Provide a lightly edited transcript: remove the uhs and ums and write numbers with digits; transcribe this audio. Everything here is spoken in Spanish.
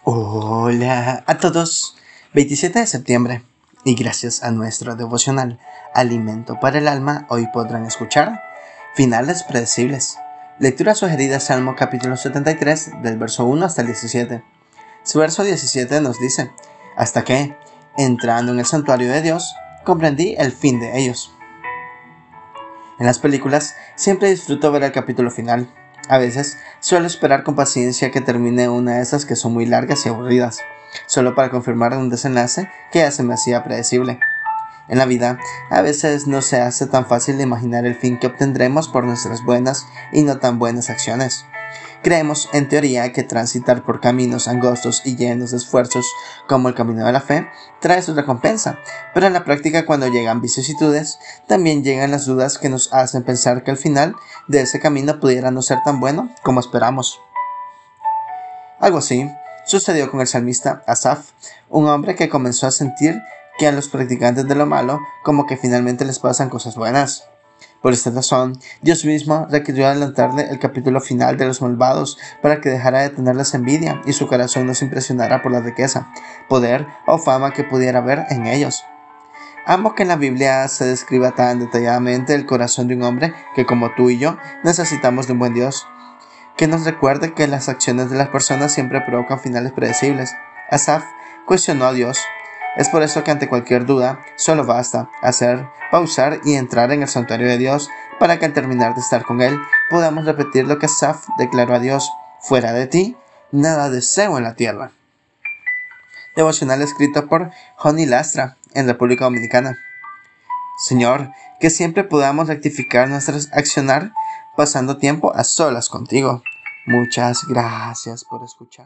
Hola a todos, 27 de septiembre, y gracias a nuestro devocional Alimento para el Alma, hoy podrán escuchar Finales Predecibles. Lectura sugerida: Salmo capítulo 73, del verso 1 hasta el 17. Su verso 17 nos dice: hasta que, entrando en el santuario de Dios, comprendí el fin de ellos. En las películas siempre disfruto ver el capítulo final. A veces suelo esperar con paciencia que termine una de esas que son muy largas y aburridas, solo para confirmar un desenlace que ya se me hacía predecible. En la vida, a veces no se hace tan fácil de imaginar el fin que obtendremos por nuestras buenas y no tan buenas acciones. Creemos, en teoría, que transitar por caminos angostos y llenos de esfuerzos, como el camino de la fe, trae su recompensa, pero en la práctica, cuando llegan vicisitudes, también llegan las dudas que nos hacen pensar que el final de ese camino pudiera no ser tan bueno como esperamos. Algo así sucedió con el salmista Asaf, un hombre que comenzó a sentir que a los practicantes de lo malo como que finalmente les pasan cosas buenas. Por esta razón, Dios mismo requirió adelantarle el capítulo final de los malvados para que dejara de tenerles envidia y su corazón no se impresionara por la riqueza, poder o fama que pudiera haber en ellos. Amo que en la Biblia se describa tan detalladamente el corazón de un hombre que, como tú y yo, necesitamos de un buen Dios, que nos recuerde que las acciones de las personas siempre provocan finales predecibles. Asaf cuestionó a Dios. Es por eso que ante cualquier duda, solo basta pausar y entrar en el santuario de Dios para que al terminar de estar con Él, podamos repetir lo que Asaf declaró a Dios: fuera de ti, nada deseo en la tierra. Devocional escrito por Johnny Lastra, en República Dominicana. Señor, que siempre podamos rectificar nuestro accionar pasando tiempo a solas contigo. Muchas gracias por escuchar.